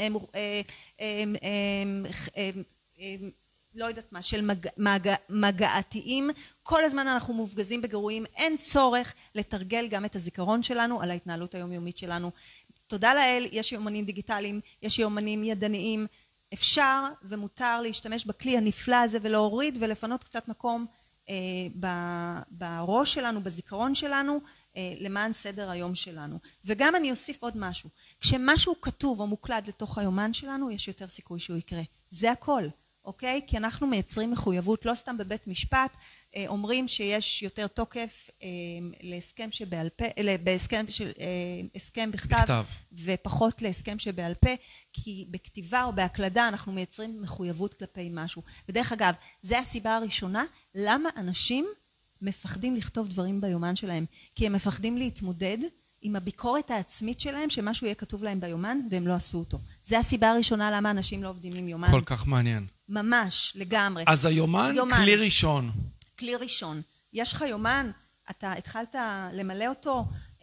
לא יודעת מה, של מגעתיים, כל הזמן אנחנו מופגזים בגירויים, אין צורך לתרגל גם את הזיכרון שלנו על ההתנהלות היומיומית שלנו. תודה לאל, יש יומנים דיגיטליים, יש יומנים ידניים, אפשר ומותר להשתמש בכלי הנפלא הזה ולהוריד ולפנות קצת מקום בראש שלנו, בזיכרון שלנו, למען סדר היום שלנו. וגם אני אוסיף עוד משהו, כשמשהו כתוב או מוקלד לתוך היומן שלנו, יש יותר סיכוי שהוא יקרה. זה הכל. אוקיי? כי אנחנו מייצרים מחויבות, לא סתם בבית משפט, אומרים שיש יותר תוקף להסכם שבעל פה, הסכם בכתב, ופחות להסכם שבעל פה, כי בכתיבה או בהקלדה אנחנו מייצרים מחויבות כלפי משהו. ודרך אגב, זו הסיבה הראשונה, למה אנשים מפחדים לכתוב דברים ביומן שלהם, כי הם מפחדים להתמודד עם הביקורת העצמית שלהם, שמשהו יהיה כתוב להם ביומן, והם לא עשו אותו. זו הסיבה הראשונה למה אנשים לא עובדים עם יומן. כל כך מעניין. ממש, לגמרי. אז היומן, כלי ראשון. כלי ראשון. יש לך יומן, אתה התחלת למלא אותו,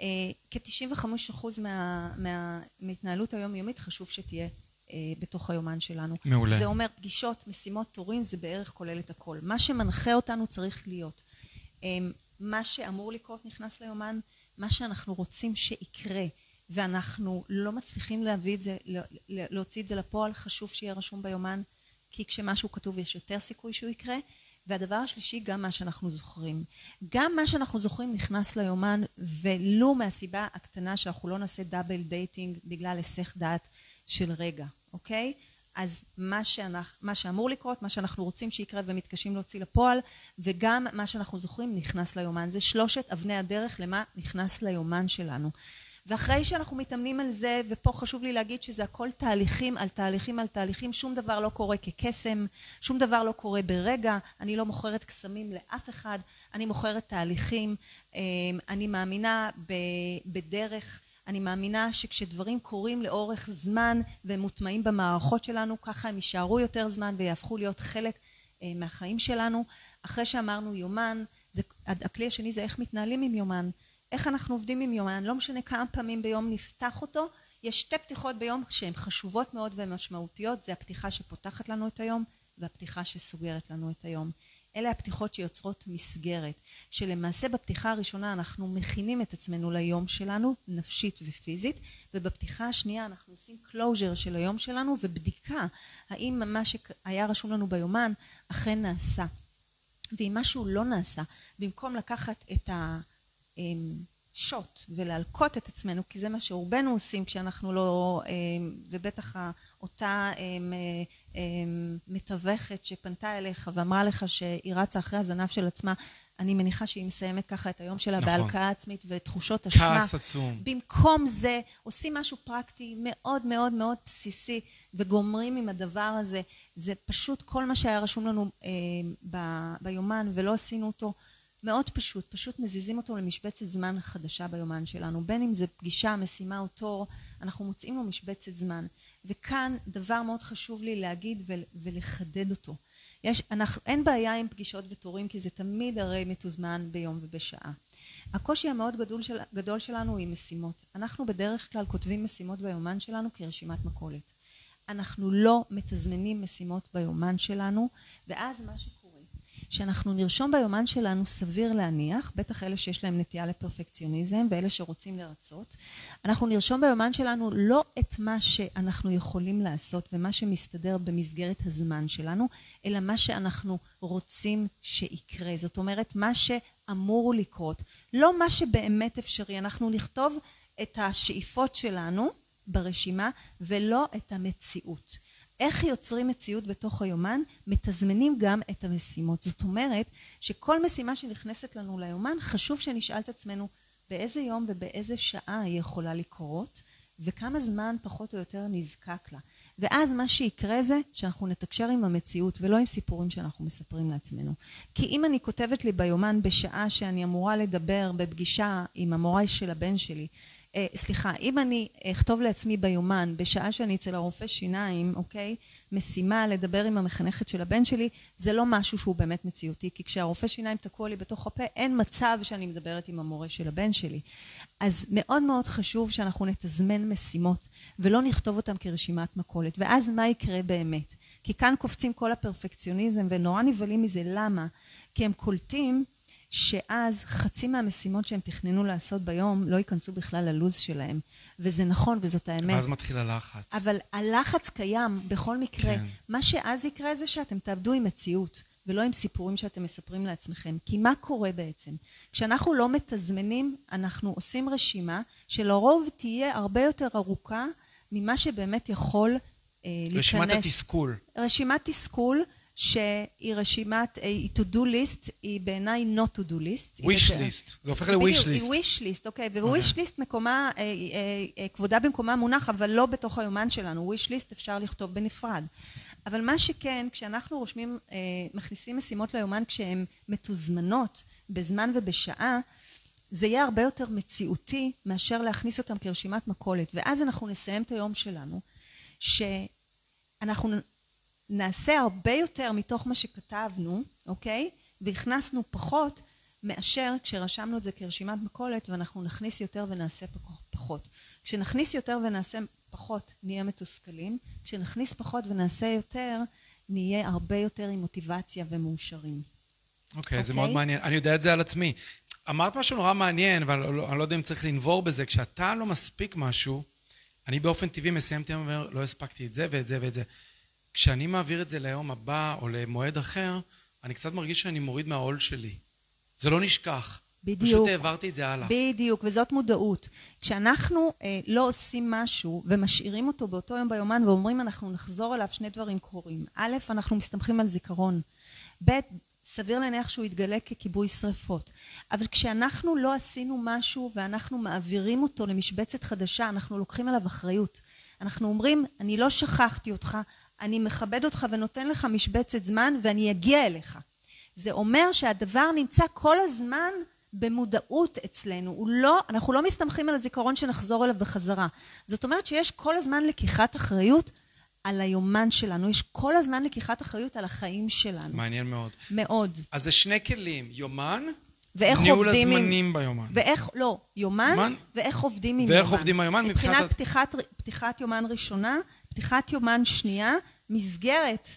כ-95% מהתנהלות היומיומית חשוב שתהיה בתוך היומן שלנו. מעולה. זה אומר פגישות, משימות, תורים, זה בערך כולל את הכל. מה שמנחה אותנו צריך להיות. מה שאמור לקרות נכנס ליומן, מה שאנחנו רוצים שיקרה, ואנחנו לא מצליחים להוציא את זה לפועל, חשוב שיהיה רשום ביומן, כי כשמשהו כתוב יש יותר סיכוי שהוא יקרה. והדבר השלישי, גם מה שאנחנו זוכרים. גם מה שאנחנו זוכרים נכנס ליומן, ולו מהסיבה הקטנה שאנחנו לא נעשה דאבל דייטינג בגלל היסח דעת של רגע, אוקיי? אז מה שאמור לקרות, מה שאנחנו רוצים שיקרה ומתקשים להוציא לפועל, וגם מה שאנחנו זוכרים נכנס ליומן. זה 3 אבני הדרך למה נכנס ליומן שלנו. ואחרי שאנחנו מתאמנים על זה, ופה חשוב לי להגיד שזה הכל תהליכים על תהליכים על תהליכים, שום דבר לא קורה כקסם, שום דבר לא קורה ברגע, אני לא מוכרת קסמים לאף אחד, אני מוכרת תהליכים, אני מאמינה בדרך, אני מאמינה שכשדברים קורים לאורך זמן והם מוטמעים במערכות שלנו, ככה הם יישארו יותר זמן ויהפכו להיות חלק מהחיים שלנו. אחרי שאמרנו יומן, הכלי השני זה איך מתנהלים עם יומן. איך אנחנו עובדים עם יומן, לא משנה כמה פעמים ביום נפתח אותו, יש 2 פתיחות ביום שהן חשובות מאוד ומשמעותיות, זה הפתיחה שפותחת לנו את היום והפתיחה שסוגרת לנו את היום. אלה הפתיחות שיוצרות מסגרת, שלמעשה בפתיחה הראשונה אנחנו מכינים את עצמנו ליום שלנו, נפשית ופיזית, ובפתיחה השנייה אנחנו עושים closure של היום שלנו ובדיקה האם מה שהיה רשום לנו ביומן אכן נעשה. ואם משהו לא נעשה, במקום לקחת את שוט ולהלקות את עצמנו, כי זה מה שרובנו עושים כשאנחנו לא, ובטח אותה מתווכת שפנתה אליך ואמרה לך שהיא רצה אחרי הזנב של עצמה, אני מניחה שהיא מסיימת ככה את היום שלה בהלקאה עצמית ותחושות אשמה. כעס עצום. במקום זה עושים משהו פרקטי מאוד מאוד מאוד בסיסי וגומרים עם הדבר הזה. זה פשוט כל מה שהיה רשום לנו ביומן ולא עשינו אותו, מאוד פשוט, פשוט מזיזים אותו למשבצת זמן חדשה ביומן שלנו. בין אם זה פגישה, משימה או תור, אנחנו מוצאים לו משבצת זמן. וכאן דבר מאוד חשוב לי להגיד ולחדד אותו. אין בעיה עם פגישות ותורים, כי זה תמיד הרי מתוזמן ביום ובשעה. הקושי המאוד גדול שלנו הוא עם משימות. אנחנו בדרך כלל כותבים משימות ביומן שלנו כרשימת מכולת. אנחנו לא מתזמנים משימות ביומן שלנו, ואז מה שקורה, שאנחנו נרשום ביומן שלנו סביר להניח, בטח אלה שיש להם נטייה לפרפקציוניזם ואלה שרוצים לרצות, אנחנו נרשום ביומן שלנו לא את מה שאנחנו יכולים לעשות ומה שמסתדר במסגרת הזמן שלנו, אלא מה שאנחנו רוצים שיקרה. זאת אומרת, מה שאמור לקרות, לא מה שבאמת אפשרי. אנחנו נכתוב את השאיפות שלנו ברשימה ולא את המציאות. איך יוצרים מציאות בתוך היומן? מתזמנים גם את המשימות. זאת אומרת שכל משימה שנכנסת לנו ליומן, חשוב שנשאל את עצמנו באיזה יום ובאיזה שעה היא יכולה לקרות, וכמה זמן פחות או יותר נזקק לה. ואז מה שיקרה זה שאנחנו נתקשר עם המציאות ולא עם סיפורים שאנחנו מספרים לעצמנו. כי אם אני כותבת לי ביומן בשעה שאני אמורה לדבר בפגישה עם המורה של הבן שלי, אם אני אכתוב לעצמי ביומן בשעה שאני אצל הרופא שיניים, אוקיי, משימה לדבר עם המחנכת של הבן שלי, זה לא משהו שהוא באמת מציאותי, כי כשהרופא שיניים תקוע לי בתוך הפה, אין מצב שאני מדברת עם המורה של הבן שלי. אז מאוד מאוד חשוב שאנחנו נתזמן משימות, ולא נכתוב אותם כרשימת מכולת. ואז מה יקרה באמת? כי כאן קופצים כל הפרפקציוניזם, ונורא נבלים מזה. למה? כי הם קולטים שאז חצי מהמשימות שהם תכננו לעשות ביום לא ייכנסו בכלל ללוז שלהם. וזה נכון, וזאת האמת. ואז מתחיל הלחץ. אבל הלחץ קיים בכל מקרה. כן. מה שאז יקרה זה שאתם תעבדו עם מציאות, ולא עם סיפורים שאתם מספרים לעצמכם. כי מה קורה בעצם? כשאנחנו לא מתזמנים, אנחנו עושים רשימה שלרוב תהיה הרבה יותר ארוכה ממה שבאמת יכול רשימת התסכול. רשימת תסכול שהיא רשימת, היא to do list, היא בעיניי not to do list. wish list, זה הופך ל-wish list. היא wish list, אוקיי, ו-wish list מקומה, כבודה במקומה מונח, אבל לא בתוך היומן שלנו. wish list אפשר לכתוב בנפרד. אבל מה שכן, כשאנחנו רושמים, מכניסים משימות ליומן כשהן מתוזמנות בזמן ובשעה, זה יהיה הרבה יותר מציאותי מאשר להכניס אותם כרשימת מכולת. ואז אנחנו נסיים את היום שלנו, שאנחנו נעשה הרבה יותר מתוך מה שכתבנו, אוקיי? והכנסנו פחות מאשר כשרשמנו את זה כרשימת מכולת, ואנחנו נכניס יותר ונעשה פחות. כשנכניס יותר ונעשה פחות, נהיה מתוסכלים. כשנכניס פחות ונעשה יותר, נהיה הרבה יותר עם מוטיבציה ומאושרים. אוקיי, זה מאוד מעניין. אני יודע את זה על עצמי. אמרת משהו נורא מעניין, אבל אני לא יודע אם צריך לנבור בזה. כשאתה לא מספיק משהו, אני באופן טבעי מסיימתי ואומר, לא הספקתי את זה ואת זה ואת זה. כשאני מעביר את זה ליום הבא או למועד אחר, אני קצת מרגיש שאני מוריד מהעול שלי. זה לא נשכח. בדיוק. פשוט העברתי את זה הלאה. בדיוק, וזאת מודעות. כשאנחנו לא עושים משהו ומשאירים אותו באותו יום ביומן ואומרים אנחנו נחזור אליו, שני דברים קורים. א', אנחנו מסתמכים על זיכרון. ב', סביר להניח שהוא יתגלה ככיבוי שריפות. אבל כשאנחנו לא עשינו משהו ואנחנו מעבירים אותו למשבצת חדשה, אנחנו לוקחים עליו אחריות. אנחנו אומרים, אני לא שכחתי אותך, אני מכבד אותך ונותן לך משבצת זמן ואני אגיע אליך. זה אומר שהדבר נמצא כל הזמן במודעות אצלנו. אנחנו לא מסתמכים על הזיכרון שנחזור אליו בחזרה. זאת אומרת שיש כל הזמן לקיחת אחריות על היומן שלנו. יש כל הזמן לקיחת אחריות על החיים שלנו. מעניין מאוד. מאוד. אז זה שני כלים, יומן, ניהול הזמנים ביומן. יומן, ואיך עובדים עם יומן. ואיך עובדים היומן מבחינת פתיחת יומן ראשונה, פתיחת יומן שנייה, מסגרת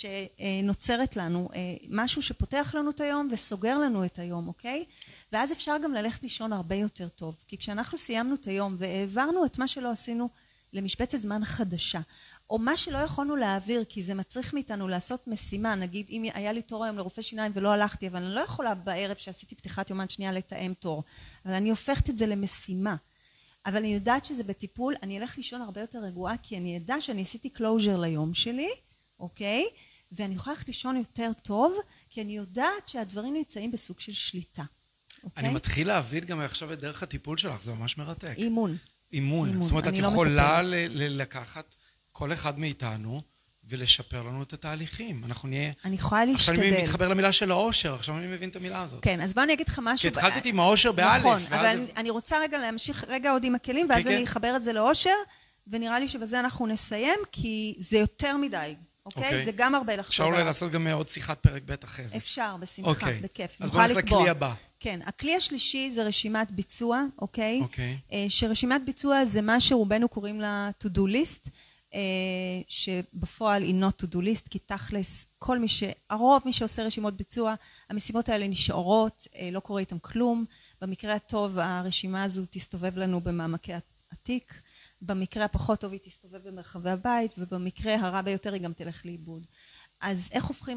שנוצרת לנו, משהו שפותח לנו את היום וסוגר לנו את היום, אוקיי? ואז אפשר גם ללכת לישון הרבה יותר טוב. כי כשאנחנו סיימנו את היום והעברנו את מה שלא עשינו למשבצת זמן חדשה, או מה שלא יכולנו להעביר, כי זה מצריך מאיתנו לעשות משימה, נגיד אם היה לי תור היום לרופא שיניים ולא הלכתי, אבל אני לא יכולה בערב שעשיתי פתיחת יומן שנייה לתאם תור, אבל אני הופכת את זה למשימה. אבל אני יודעת שזה בטיפול, אני אלך לישון הרבה יותר רגועה, כי אני ידע שאני עשיתי closure ליום שלי, אוקיי? ואני יכולה ללכת לישון יותר טוב, כי אני יודעת שהדברים נמצאים בסוג של שליטה. אני מתחיל להבין גם עכשיו את דרך הטיפול שלך, זה ממש מרתק. אימון. זאת אומרת, את יכולה לקחת כל אחד מאיתנו ולשפר לנו את התהליכים. אני יכולה להשתדל. עכשיו אני מתחבר למילה של האושר, עכשיו אני מבין את המילה הזאת. כן, אז בוא אני אגיד לך משהו. כי התחלתי עם האושר באלף. נכון, אבל אני רוצה רגע להמשיך רגע עוד עם הכלים, ואז אני אחבר את זה לאושר, ונראה לי שבזה אנחנו נסיים, כי זה יותר מדי, אוקיי? זה גם הרבה לחשוב. אפשר אולי לעשות גם עוד שיחת פרק ב' אחרי זה. אפשר, בשמחה, בכיף. אז בוא נלך לכלי הבא. כן, הכלי השלישי זה רשימת ביצוע, אוקיי? שרשימת ביצוע זה מה שרובנו קוראים לה to do list, שבפועל היא not to do list, כי תכלס הרוב מי שעושה רשימות ביצוע, המשימות האלה נשארות, לא קורה איתם כלום. במקרה הטוב הרשימה הזו תסתובב לנו במעמקי התיק, במקרה הפחות טוב היא תסתובב במרחבי הבית, ובמקרה הרע ביותר היא גם תלך לאיבוד. אז איך הופכים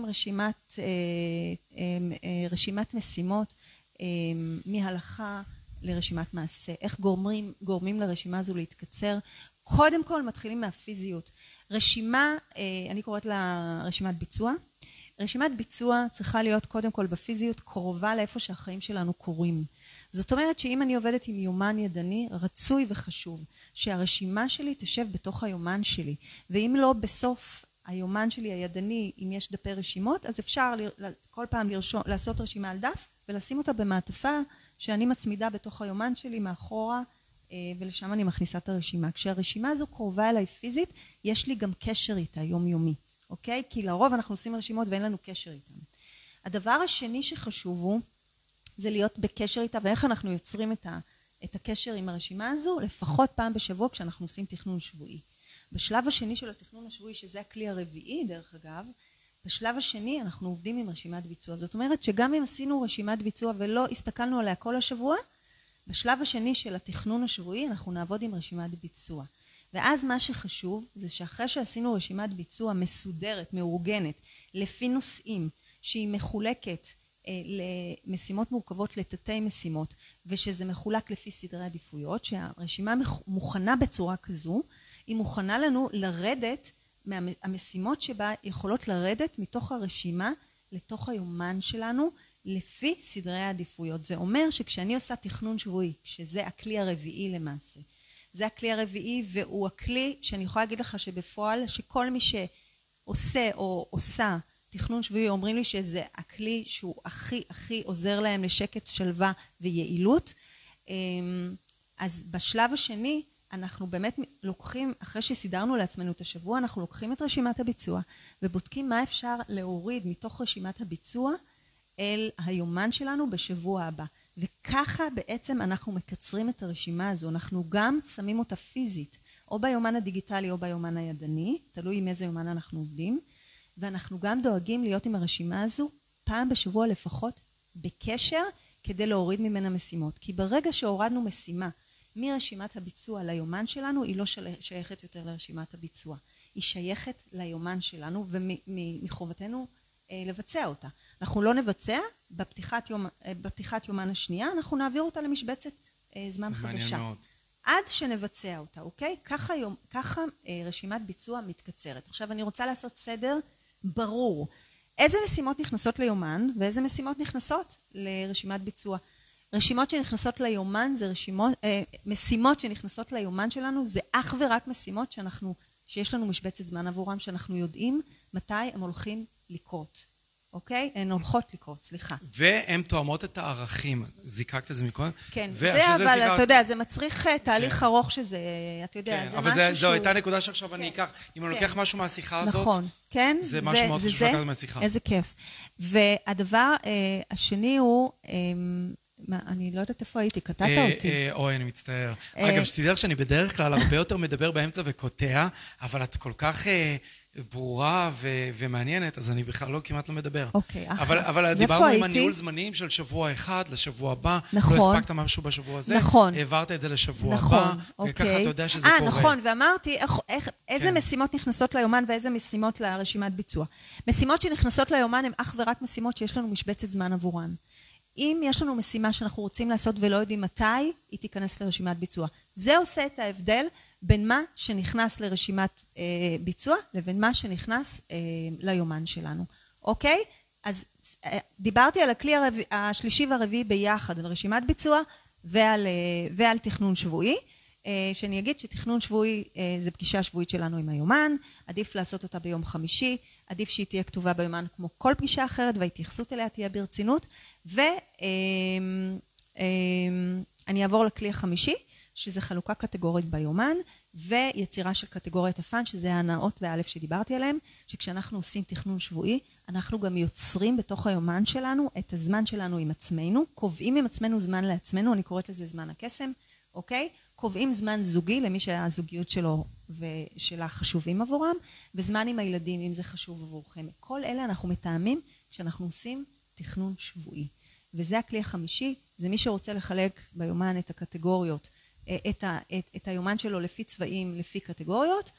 רשימת משימות מהלכה לרשימת מעשה? איך גורמים לרשימה הזו להתקצר? קודם כל מתחילים מהפיזיות. רשימה, אני קוראת לה רשימת ביצוע. רשימת ביצוע צריכה להיות קודם כל בפיזיות קרובה לאיפה שהחיים שלנו קורים. זאת אומרת שאם אני עובדת עם יומן ידני, רצוי וחשוב שהרשימה שלי תשב בתוך היומן שלי. ואם לא בסוף היומן שלי הידני, אם יש דפי רשימות, אז אפשר כל פעם לעשות רשימה על דף ולשים אותה במעטפה שאני מצמידה בתוך היומן שלי מאחורה, ולשם אני מכניסה את הרשימה. כשהרשימה הזו קרובה אליי פיזית, יש לי גם קשר איתה יומיומי, אוקיי? כי לרוב אנחנו עושים רשימות ואין לנו קשר איתן. הדבר השני שחשוב הוא, זה להיות בקשר איתה, ואיך אנחנו יוצרים את הקשר עם הרשימה הזו, לפחות פעם בשבוע כשאנחנו עושים תכנון שבועי. בשלב השני של התכנון השבועי, שזה הכלי הרביעי דרך אגב, בשלב השני אנחנו עובדים עם רשימת ביצוע. זאת אומרת שגם אם עשינו רשימת ביצוע ולא הסתכלנו עליה כל השבוע, בשלב השני של התכנון השבועי אנחנו נעבוד עם רשימת ביצוע. ואז מה שחשוב זה שאחרי שעשינו רשימת ביצוע מסודרת, מאורגנת, לפי נושאים, שהיא מחולקת למשימות מורכבות לתתי משימות, ושזה מחולק לפי סדרי עדיפויות, שהרשימה מוכנה בצורה כזו, היא מוכנה לנו לרדת המשימות שבה יכולות לרדת מתוך הרשימה לתוך היומן שלנו לפי סדרי העדיפויות. זה אומר שכשאני עושה תכנון שבועי, שזה הכלי הרביעי למעשה, זה הכלי הרביעי והוא הכלי שאני יכולה להגיד לך שבפועל שכל מי שעושה או עושה תכנון שבועי אומרים לי שזה הכלי שהוא הכי עוזר להם לשקט, שלווה ויעילות. אז בשלב השני אנחנו באמת לוקחים, אחרי שסידרנו לעצמנו את השבוע, אנחנו לוקחים את רשימת הביצוע ובודקים מה אפשר להוריד מתוך רשימת הביצוע אל היומן שלנו בשבוע הבא. וככה בעצם אנחנו מקצרים את הרשימה הזו. אנחנו גם שמים אותה פיזית, או ביומן הדיגיטלי או ביומן הידני, תלוי עם איזה יומן אנחנו עובדים. ואנחנו גם דואגים להיות עם הרשימה הזו פעם בשבוע לפחות בקשר כדי להוריד ממנה משימות. כי ברגע שהורדנו משימה מרשימת הביצוע ליומן שלנו, היא לא שייכת יותר לרשימת הביצוע. היא שייכת ליומן שלנו ומחובתנו לבצע אותה. אנחנו לא נבצע, בפתיחת יומן השנייה אנחנו נעביר אותה למשבצת זמן חדשה. מאוד. עד שנבצע אותה, אוקיי? ככה רשימת ביצוע מתקצרת. עכשיו אני רוצה לעשות סדר ברור. איזה משימות נכנסות ליומן ואיזה משימות נכנסות לרשימת ביצוע? רשימות שנכנסות ליומן זה משימות שנכנסות ליומן שלנו זה אך ורק משימות שיש לנו משבצת זמן עבורם, שאנחנו יודעים מתי הם הולכים לקרות. אוקיי? הן הולכות לקרות, סליחה. והן תואמות את הערכים. זיקקת את זה מקודם? כן, זה אבל אתה יודע, זה מצריך תהליך ארוך שזה, אתה יודע, זה משהו שהוא... אבל זו הייתה נקודה שעכשיו אני אקח, אם אני לוקח משהו מהשיחה הזאת, נכון, כן, זה משהו מאוד חשוב לקחת מהשיחה. איזה כיף. והדבר השני הוא, אני לא יודעת איפה הייתי, קטעת אותי. אוי, אני מצטער. אגב, שתדע שאני בדרך כלל הרבה יותר מדבר באמצע וקוטע, אבל את כל כך... ברורה ומעניינת, אז אני בכלל לא כמעט לא מדבר. אוקיי, אבל דיברנו עם הניהול זמנים של שבוע אחד לשבוע הבא. נכון. לא הספקת משהו בשבוע הזה. נכון. העברת את זה לשבוע נכון, הבא. אוקיי. וככה אתה יודע שזה קורה. נכון, ואמרתי איזה משימות נכנסות ליומן ואיזה משימות לרשימת ביצוע. משימות שנכנסות ליומן הן אך ורק משימות שיש לנו משבצת זמן עבורן. אם יש לנו משימה שאנחנו רוצים לעשות ולא יודעים מתי, היא תיכנס לרשימת ביצוע. זה עושה את ההבדל בין מה שנכנס לרשימת ביצוע לבין מה שנכנס ליומן שלנו. אוקיי? אז דיברתי על הכלי השלישי והרביעי ביחד, על רשימת ביצוע ועל תכנון שבועי. שאני אגיד שתכנון שבועי זה פגישה שבועית שלנו עם היומן, עדיף לעשות אותה ביום חמישי, עדיף שהיא תהיה כתובה ביומן כמו כל פגישה אחרת וההתייחסות אליה תהיה ברצינות, ואני אעבור לכלי החמישי, שזה חלוקה קטגורית ביומן, ויצירה של קטגוריית הפן, שזה ההנאות באלף שדיברתי עליהם, שכשאנחנו עושים תכנון שבועי, אנחנו גם יוצרים בתוך היומן שלנו את הזמן שלנו עם עצמנו, קובעים עם עצמנו זמן לעצמנו, אני קוראת לזה זמן הקסם, אוקיי? קובעים זמן זוגי למי שהזוגיות שלו ושלה חשובים עבורם, וזמן עם הילדים אם זה חשוב עבורכם. כל אלה אנחנו מתאמים כשאנחנו עושים תכנון שבועי. וזה הכלי החמישי, זה מי שרוצה לחלק ביומן את הקטגוריות, את היומן שלו לפי צבעים, לפי קטגוריות,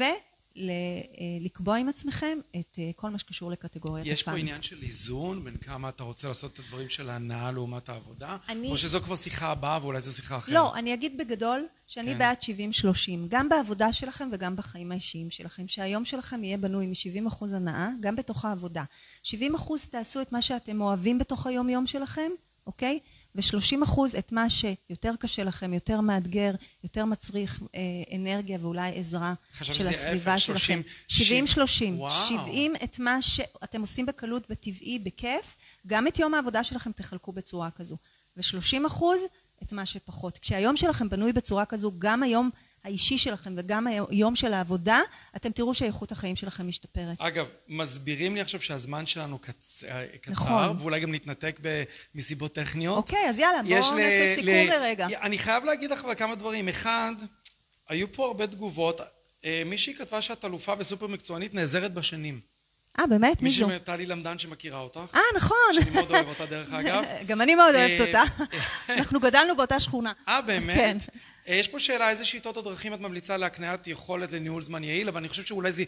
ולקבוע עם עצמכם את כל מה שקשור לקטגוריית הפן. יש פה עניין של איזון בין כמה אתה רוצה לעשות את הדברים של ההנאה לעומת העבודה, או שזו כבר שיחה הבאה ואולי זו שיחה אחרת? לא, אני אגיד בגדול שאני בעד 70-30, גם בעבודה שלכם וגם בחיים האישיים שלכם, שהיום שלכם יהיה בנוי מ-70% הנאה, גם בתוך העבודה. 70% תעשו את מה שאתם אוהבים בתוך היום-יום שלכם, אוקיי? ו-30% את מה שיותר קשה לכם, יותר מאתגר, יותר מצריך אנרגיה ואולי עזרה של הסביבה שלכם. 70-30. 70 את מה שאתם עושים בקלות, בטבעי, בכיף, גם את יום העבודה שלכם תחלקו בצורה כזו. ו-30% את מה שפחות. כשהיום שלכם בנוי בצורה כזו, גם היום האישי שלכם וגם היום של העבודה, אתם תראו שאיכות החיים שלכם משתפרת. אגב, מסבירים לי עכשיו שהזמן שלנו קצר, נכון. ואולי גם נתנתק מסיבות טכניות. אוקיי, אז יאללה, בואו נעשה סיכום לרגע. אני חייב להגיד לך כמה דברים. אחד, היו פה הרבה תגובות. מישהי כתבה שאת אלופה וסופר מקצוענית נעזרת בשנים. באמת? מי זו? מישהי טלי למדן שמכירה אותך. נכון. שאני מאוד אוהב אותה דרך אגב. גם אני מאוד אוהבת אותה. אנחנו גדלנו באותה שכונה. באמת? כן. יש פה שאלה, איזה שיטות או דרכים את ממליצה להקניית יכולת לניהול זמן יעיל, אבל אני חושב שאולי זה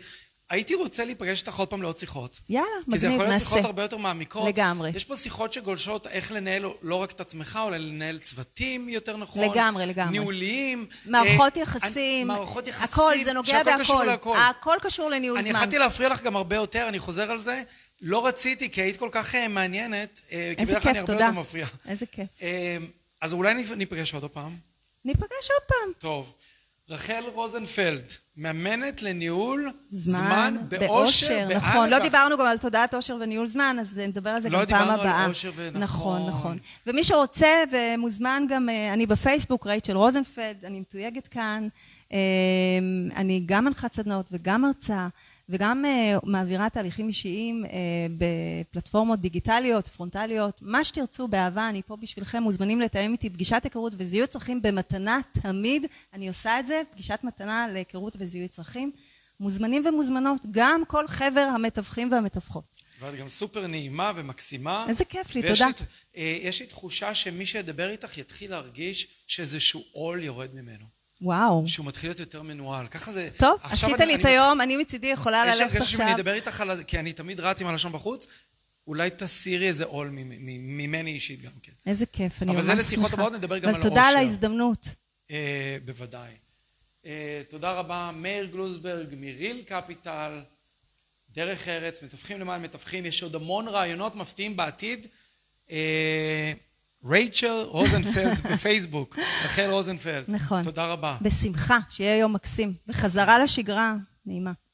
הייתי רוצה להיפגש איתך עוד פעם לעוד שיחות. יאללה, כי זה מגניב, יכול להיות נעשה. שיחות הרבה יותר מעמיקות. לגמרי. יש פה שיחות שגולשות איך לנהל לא רק את עצמך, אלא לנהל צוותים יותר נכון. לגמרי, לגמרי. ניהוליים. מערכות יחסים. מערכות יחסים. הכל, זה נוגע שהכל קשור בהכל. להכל. הכל קשור לניהול זמן. אני יכולתי להפריע לך גם הרבה יותר, אני חוזר על זה. לא רציתי, כי היית כל כך מעניינת. איזה כיף, תודה. איזה כיף. אז אולי ניפגש עוד פעם. ניפגש עוד פעם. טוב. רחל רוזנפלד, מאמנת לניהול זמן באושר. נכון, לא דיברנו גם על תודעת אושר וניהול זמן, אז נדבר על זה גם פעם הבאה. לא דיברנו על אושר ונכון. נכון, נכון. ומי שרוצה ומוזמן גם, אני בפייסבוק, רייצ'ל רוזנפלד, אני מתויגת כאן, אני גם מנחת סדנאות וגם הרצאה, וגם מעבירה תהליכים אישיים בפלטפורמות דיגיטליות, פרונטליות, מה שתרצו באהבה, אני פה בשבילכם, מוזמנים לתאם איתי פגישת היכרות וזיהוי צרכים במתנה תמיד, אני עושה את זה, פגישת מתנה להיכרות וזיהוי צרכים, מוזמנים ומוזמנות, גם כל חבר המתווכים והמתווכות. ואת גם סופר נעימה ומקסימה. איזה כיף לי, תודה. יש לי תחושה שמי שידבר איתך יתחיל להרגיש שאיזשהו עול יורד ממנו. וואו. שהוא מתחיל להיות יותר מנוהל. ככה זה... טוב, עשית לי את היום, אני מצידי יכולה ללכת עכשיו. יש הרגשה שאני אדבר איתך על... כי אני תמיד רץ עם הלשון בחוץ, אולי תסירי איזה עול ממני אישית גם כן. איזה כיף, אני ממש שמחה. אבל זה לשיחות הבאות, נדבר גם על אושר. אבל תודה על ההזדמנות. בוודאי. תודה רבה, מאיר גלוזברג, מריל קפיטל, דרך ארץ, מתווכים למען מתווכים, יש עוד המון רעיונות מפתיעים בעתיד. רייצ'ל רוזנפלד בפייסבוק, רחל רוזנפלד. נכון. תודה רבה. בשמחה, שיהיה יום מקסים. וחזרה לשגרה, נעימה.